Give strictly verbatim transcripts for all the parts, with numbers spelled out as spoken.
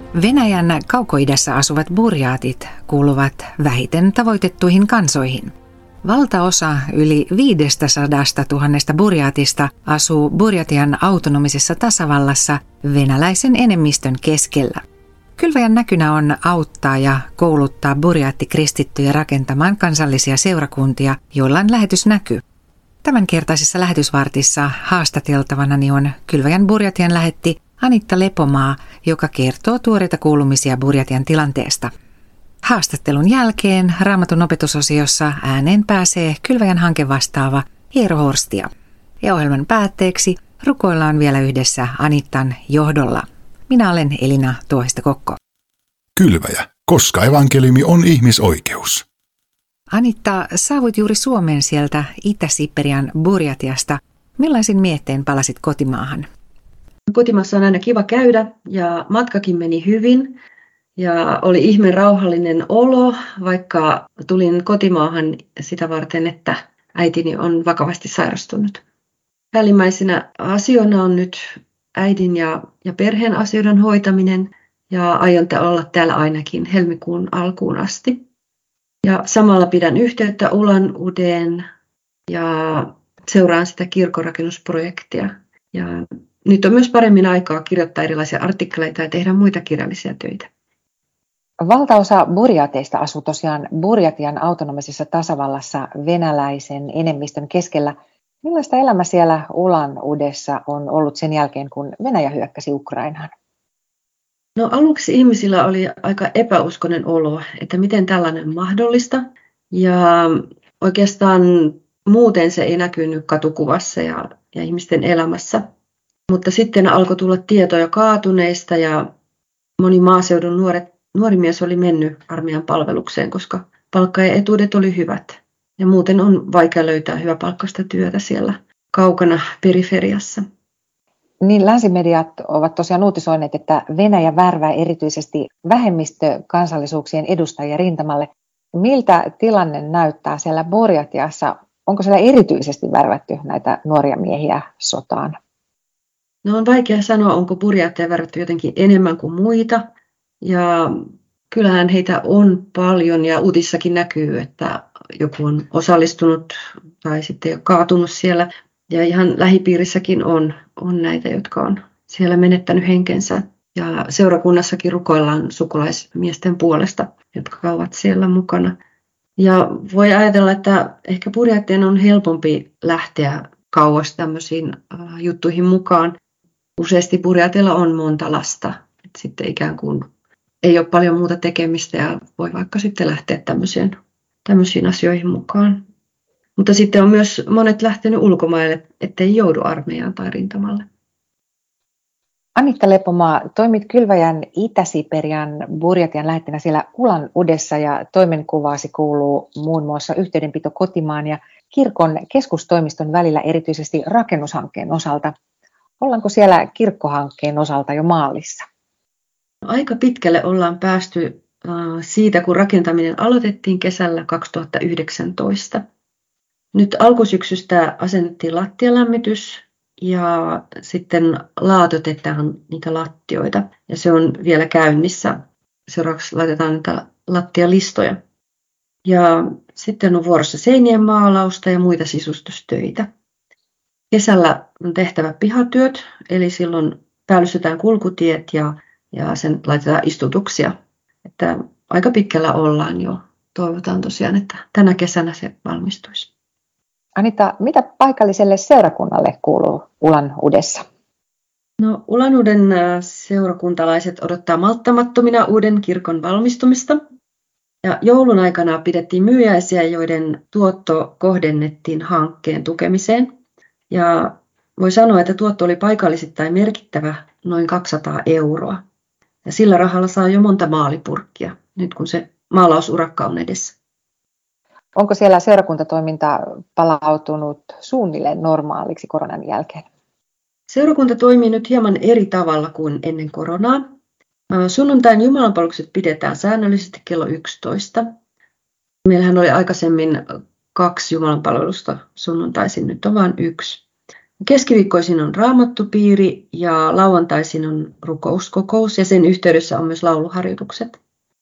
Venäjän kaukoidässä asuvat burjaatit kuuluvat vähiten tavoitettuihin kansoihin. Valtaosa yli viisisataa tuhatta burjaatista asuu Burjatian autonomisessa tasavallassa venäläisen enemmistön keskellä. Kylväjän näkynä on auttaa ja kouluttaa burjaattikristittyjä rakentamaan kansallisia seurakuntia, joilla on lähetysnäky. Tämänkertaisessa lähetysvartissa haastateltavanani on Kylväjän Burjatian lähetti Anitta Lepomaa, joka kertoo tuoreita kuulumisia Burjatian tilanteesta. Haastattelun jälkeen Raamatun opetusosiossa ääneen pääsee Kylväjän hankevastaava Eero Horstia. Ja ohjelman päätteeksi rukoillaan vielä yhdessä Anittan johdolla. Minä olen Elina Tuohista-Kokko. Kylväjä, koska evankeliumi on ihmisoikeus. Anitta, saavuit juuri Suomeen sieltä Itä-Siperian Burjatiasta. Millaisin mietteen palasit kotimaahan? Kotimaassa on aina kiva käydä ja matkakin meni hyvin. Ja oli ihme rauhallinen olo, vaikka tulin kotimaahan sitä varten, että äitini on vakavasti sairastunut. Päällimmäisenä asioina on nyt äidin ja, ja perheen asioiden hoitaminen ja aion olla täällä ainakin helmikuun alkuun asti. Ja samalla pidän yhteyttä Ulan-Udeen ja seuraan sitä kirkkorakennusprojektia. Ja nyt on myös paremmin aikaa kirjoittaa erilaisia artikkeleita ja tehdä muita kirjallisia töitä. Valtaosa burjaateista asuu tosiaan Burjatian autonomisessa tasavallassa venäläisen enemmistön keskellä. Millaista elämä siellä Ulan-Udessa on ollut sen jälkeen, kun Venäjä hyökkäsi Ukrainaan? No aluksi ihmisillä oli aika epäuskoinen olo, että miten tällainen on mahdollista. Ja oikeastaan muuten se ei näkynyt katukuvassa ja, ja ihmisten elämässä. Mutta sitten alkoi tulla tietoja kaatuneista ja moni maaseudun nuoret Nuori mies oli mennyt armeijan palvelukseen, koska palkka ja etuudet oli hyvät. Ja muuten on vaikea löytää hyväpalkkaista työtä siellä kaukana periferiassa. Niin länsimediat ovat tosiaan uutisoineet, että Venäjä värvää erityisesti vähemmistökansallisuuksien edustajia rintamalle. Miltä tilanne näyttää siellä Burjatiassa? Onko siellä erityisesti värvätty näitä nuoria miehiä sotaan? No on vaikea sanoa, onko burjaatteja värvätty jotenkin enemmän kuin muita. Ja kyllähän heitä on paljon ja uutissakin näkyy, että joku on osallistunut tai sitten kaatunut siellä. Ja ihan lähipiirissäkin on, on näitä, jotka on siellä menettänyt henkensä. Ja seurakunnassakin rukoillaan sukulaismiesten puolesta, jotka ovat siellä mukana. Ja voi ajatella, että ehkä burjaattien on helpompi lähteä kauas tämmöisiin juttuihin mukaan. Useasti burjaatilla on monta lasta, että sitten ikään kuin ei ole paljon muuta tekemistä ja voi vaikka sitten lähteä tämmöisiin, tämmöisiin asioihin mukaan. Mutta sitten on myös monet lähtenyt ulkomaille, ettei joudu armeijaan tai rintamalle. Anitta Lepomaa, toimit Kylväjän Itä-Siperian Burjatian lähettinä siellä Ulan-Udessa ja toimenkuvaasi kuuluu muun muassa yhteydenpito kotimaan ja kirkon keskustoimiston välillä erityisesti rakennushankkeen osalta. Ollaanko siellä kirkkohankkeen osalta jo maalissa? Aika pitkälle ollaan päästy siitä, kun rakentaminen aloitettiin kesällä kaksituhattayhdeksäntoista. Nyt alkusyksystä asennettiin lattialämmitys ja sitten laatotetaan niitä lattioita. Ja se on vielä käynnissä. Seuraavaksi laitetaan niitä lattialistoja. Ja sitten on vuorossa seinien maalausta ja muita sisustustöitä. Kesällä on tehtävä pihatyöt, eli silloin päällystetään kulkutiet ja Ja sen laitetaan istutuksia. Että aika pitkällä ollaan jo. Toivotaan tosiaan, että tänä kesänä se valmistuisi. Anitta, mitä paikalliselle seurakunnalle kuuluu Ulan-Udessa? No, Ulan-Uden seurakuntalaiset odottaa malttamattomina uuden kirkon valmistumista. Ja joulun aikana pidettiin myyjäisiä, joiden tuotto kohdennettiin hankkeen tukemiseen. Ja voi sanoa, että tuotto oli paikallisittain merkittävä, noin kaksisataa euroa. Ja sillä rahalla saa jo monta maalipurkkia, nyt kun se maalausurakka on edessä. Onko siellä seurakuntatoiminta palautunut suunnilleen normaaliksi koronan jälkeen? Seurakunta toimii nyt hieman eri tavalla kuin ennen koronaa. Sunnuntain jumalanpalvelukset pidetään säännöllisesti kello yksitoista. Meillähän oli aikaisemmin kaksi jumalanpalvelusta sunnuntaisin, nyt on vain yksi. Keskiviikkoisin on raamattupiiri ja lauantaisin on rukouskokous ja sen yhteydessä on myös lauluharjoitukset.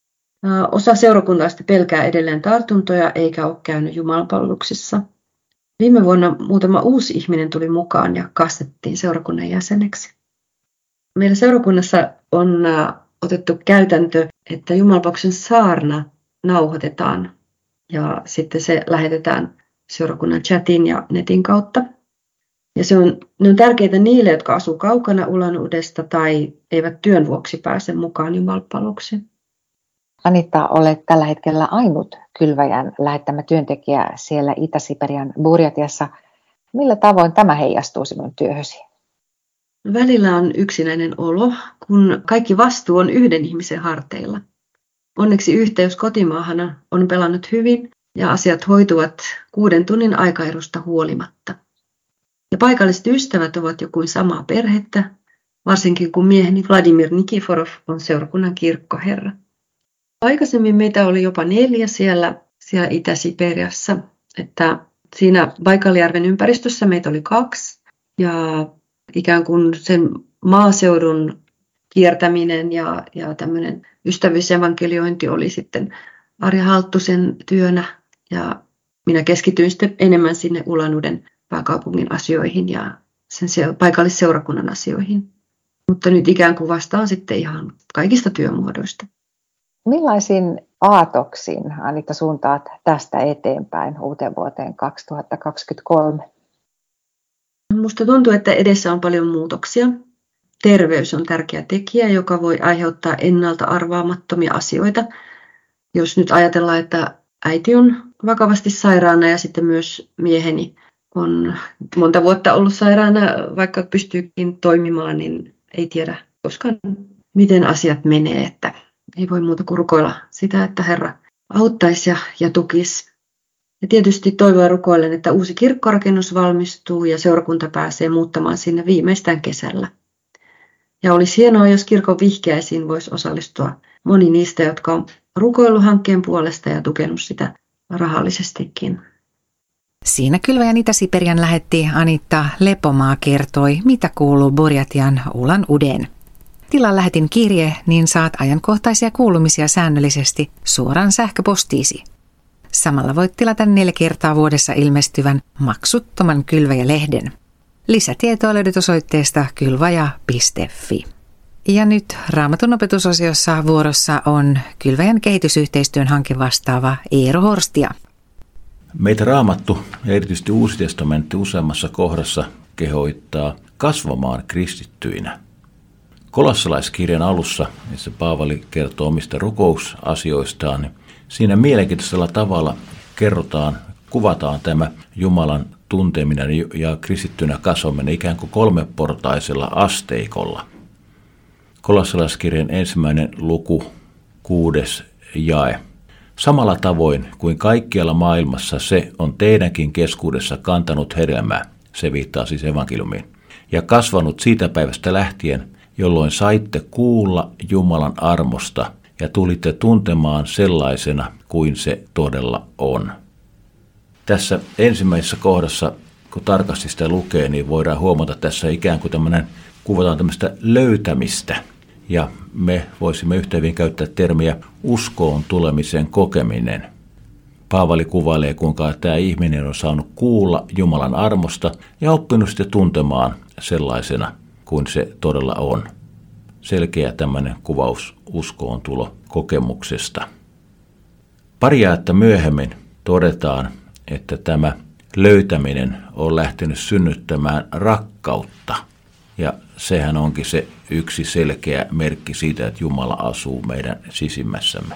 Osa seurakuntaista pelkää edelleen tartuntoja eikä ole käynyt jumalanpalveluksissa. Viime vuonna muutama uusi ihminen tuli mukaan ja kastettiin seurakunnan jäseneksi. Meillä seurakunnassa on otettu käytäntö, että jumalanpalveluksen saarna nauhoitetaan ja sitten se lähetetään seurakunnan chatin ja netin kautta. Ja se on, ne on tärkeitä niille, jotka asuu kaukana Ulan-Udesta tai eivät työn vuoksi pääse mukaan jumalanpalvelukseen. Anitta, olet tällä hetkellä ainut kylväjän lähettämä työntekijä siellä Itä-Siperian Burjatiassa. Millä tavoin tämä heijastuu sinun työhösi? Välillä on yksinäinen olo, kun kaikki vastuu on yhden ihmisen harteilla. Onneksi yhteys kotimaahana on pelannut hyvin ja asiat hoituvat kuuden tunnin aikaerosta huolimatta. Ja paikalliset ystävät ovat jo kuin samaa perhettä, varsinkin kun mieheni Vladimir Nikiforov on seurakunnan kirkkoherra. Aikaisemmin meitä oli jopa neljä siellä, siellä Itä-Siperiassa, että siinä Baikaljärven ympäristössä meitä oli kaksi ja ikään kuin sen maaseudun kiertäminen ja, ja tämmöinen ystävyysevankeliointi oli sitten Arja Halttusen työnä ja minä keskityin sitten enemmän sinne Ulan-Uden pääkaupungin asioihin ja sen paikallisseurakunnan asioihin. Mutta nyt ikään kuin vastaan sitten ihan kaikista työmuodoista. Millaisin aatoksin, Anitta, suuntaat tästä eteenpäin uuteen vuoteen kaksituhattakaksikymmentäkolme? Minusta tuntuu, että edessä on paljon muutoksia. Terveys on tärkeä tekijä, joka voi aiheuttaa ennalta arvaamattomia asioita. Jos nyt ajatellaan, että äiti on vakavasti sairaana ja sitten myös mieheni on monta vuotta ollut sairaana, vaikka pystyykin toimimaan, niin ei tiedä koskaan, miten asiat menee. Että ei voi muuta kuin rukoilla sitä, että Herra auttaisi ja, ja tukisi. Ja tietysti toivon ja rukoilen, että uusi kirkkorakennus valmistuu ja seurakunta pääsee muuttamaan sinne viimeistään kesällä. Ja olisi hienoa, jos kirkon vihkiäisiin voisi osallistua moni niistä, jotka on rukoillut hankkeen puolesta ja tukenut sitä rahallisestikin. Siinä Kylväjän Itä-Siperian lähetti Anitta Lepomaa kertoi, mitä kuuluu Burjatian Ulan-Udeen. Tilaa lähetin kirje, niin saat ajankohtaisia kuulumisia säännöllisesti suoraan sähköpostiisi. Samalla voit tilata neljä kertaa vuodessa ilmestyvän maksuttoman Kylväjä-lehden. Lisätietoa löydät osoitteesta kylvaja piste fi. Ja nyt Raamatun opetusosiossa vuorossa on Kylväjän kehitysyhteistyön hankevastaava Eero Horstia. Meitä Raamattu ja erityisesti Uusi testamentti useammassa kohdassa kehoittaa kasvamaan kristittyinä. Kolossalaiskirjan alussa, missä Paavali kertoo omista rukousasioistaan, niin siinä mielenkiintoisella tavalla kerrotaan, kuvataan tämä Jumalan tunteminen ja kristittynä kasvaminen ikään kuin kolmeportaisella asteikolla. Kolossalaiskirjan ensimmäinen luku, kuudes jae. Samalla tavoin kuin kaikkialla maailmassa se on teidänkin keskuudessa kantanut hedelmää, se viittaa siis evankeliumiin, ja kasvanut siitä päivästä lähtien, jolloin saitte kuulla Jumalan armosta ja tulitte tuntemaan sellaisena kuin se todella on. Tässä ensimmäisessä kohdassa, kun tarkasti sitä lukee, niin voidaan huomata tässä ikään kuin tämmöinen, kuvataan tämmöistä löytämistä. Ja me voisimme yhtä hyvin käyttää termiä uskoon tulemisen kokeminen. Paavali kuvailee, kuinka tämä ihminen on saanut kuulla Jumalan armosta ja oppinut sitten tuntemaan sellaisena kuin se todella on. Selkeä tämmöinen kuvaus uskoon tulo kokemuksesta. Pari jaetta myöhemmin todetaan, että tämä löytäminen on lähtenyt synnyttämään rakkautta. Ja sehän onkin se yksi selkeä merkki siitä, että Jumala asuu meidän sisimmässämme.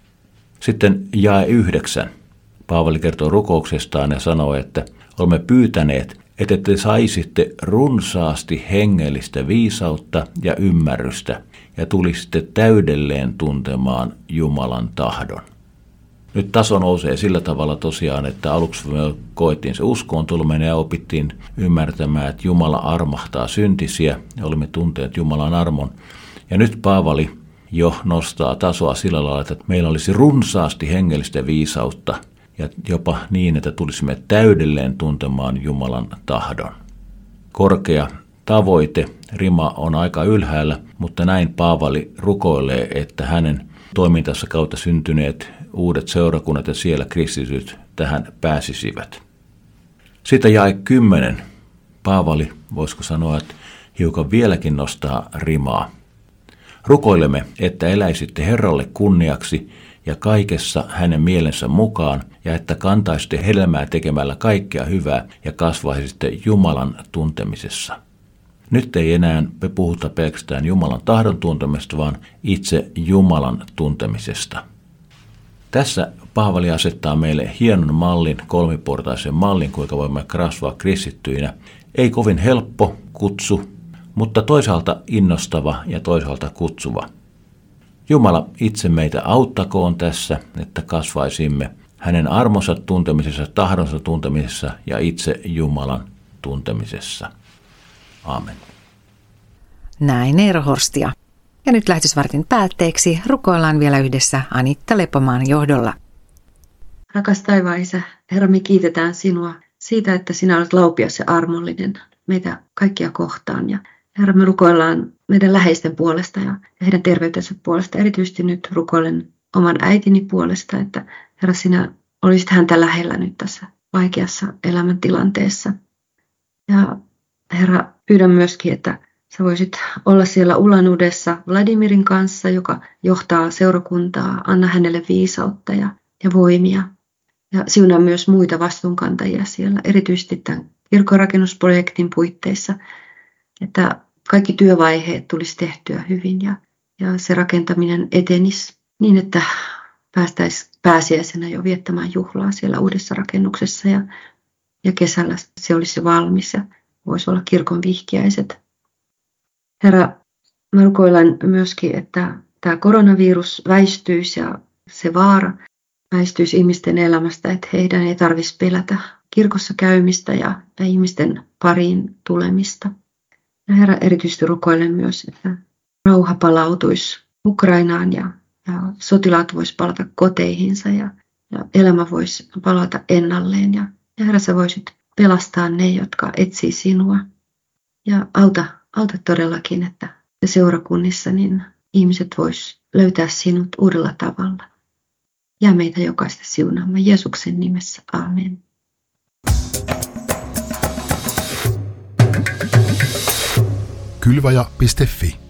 Sitten jae yhdeksän. Paavali kertoo rukouksestaan ja sanoo, että olemme pyytäneet, että te saisitte runsaasti hengellistä viisautta ja ymmärrystä ja tulisitte täydelleen tuntemaan Jumalan tahdon. Nyt taso nousee sillä tavalla tosiaan, että aluksi me koettiin se uskoon tuleminen ja opittiin ymmärtämään, että Jumala armahtaa syntisiä ja olimme tunteet Jumalan armon. Ja nyt Paavali jo nostaa tasoa sillä lailla, että meillä olisi runsaasti hengellistä viisautta ja jopa niin, että tulisimme täydelleen tuntemaan Jumalan tahdon. korkea tavoite, rima on aika ylhäällä, mutta näin Paavali rukoilee, että hänen toimintansa kautta syntyneet uudet seurakunnat ja siellä kristityt tähän pääsisivät. Sitten jae kymmenen. Paavali, voisiko sanoa, että hiukan vieläkin nostaa rimaa. Rukoilemme, että eläisitte Herralle kunniaksi ja kaikessa hänen mielensä mukaan, ja että kantaisitte hedelmää tekemällä kaikkea hyvää ja kasvaisitte Jumalan tuntemisessa. Nyt ei enää puhuta pelkästään Jumalan tahdon tuntemisesta, vaan itse Jumalan tuntemisesta. Tässä Paavali asettaa meille hienon mallin, kolmiportaisen mallin, kuinka voimme kasvaa kristittyinä. Ei kovin helppo kutsu, mutta toisaalta innostava ja toisaalta kutsuva. Jumala itse meitä auttakoon tässä, että kasvaisimme hänen armonsa tuntemisessa, tahdonsa tuntemisessa ja itse Jumalan tuntemisessa. Aamen. Näin Eero Horstia. Ja nyt lähetysvartin päätteeksi rukoillaan vielä yhdessä Anitta Lepomaan johdolla. Rakas taivaan Isä, Herra, me kiitetään sinua siitä, että sinä olet laupias ja armollinen meitä kaikkia kohtaan. Ja Herra, me rukoillaan meidän läheisten puolesta ja heidän terveytensä puolesta. Erityisesti nyt rukoilen oman äitini puolesta, että Herra, sinä olisit häntä lähellä nyt tässä vaikeassa elämäntilanteessa. Ja Herra, pyydän myöskin, että sä voisit olla siellä Ulanudessa Vladimirin kanssa, joka johtaa seurakuntaa. Anna hänelle viisautta ja, ja voimia. Ja siunaa myös muita vastuunkantajia siellä, erityisesti tämän kirkkorakennusprojektin puitteissa, että kaikki työvaiheet tulisi tehtyä hyvin ja, ja se rakentaminen etenisi niin, että päästäisiin pääsiäisenä jo viettämään juhlaa siellä uudessa rakennuksessa ja, ja kesällä se olisi valmis ja voisi olla kirkon vihkiäiset. Herra, mä rukoilen myöskin, että tämä koronavirus väistyisi ja se vaara väistyisi ihmisten elämästä, että heidän ei tarvitsisi pelätä kirkossa käymistä ja, ja ihmisten pariin tulemista. Ja Herra, erityisesti rukoilen myös, että rauha palautuisi Ukrainaan ja, ja sotilaat vois palata koteihinsa ja, ja elämä voisi palata ennalleen. Ja, ja Herra, sä voisit pelastaa ne, jotka etsii sinua. Ja auta, auta todellakin, että seurakunnissa niin ihmiset vois löytää sinut uudella tavalla. Ja meitä jokaista siunaamaan Jeesuksen nimessä. Amen. Kylvaja piste fi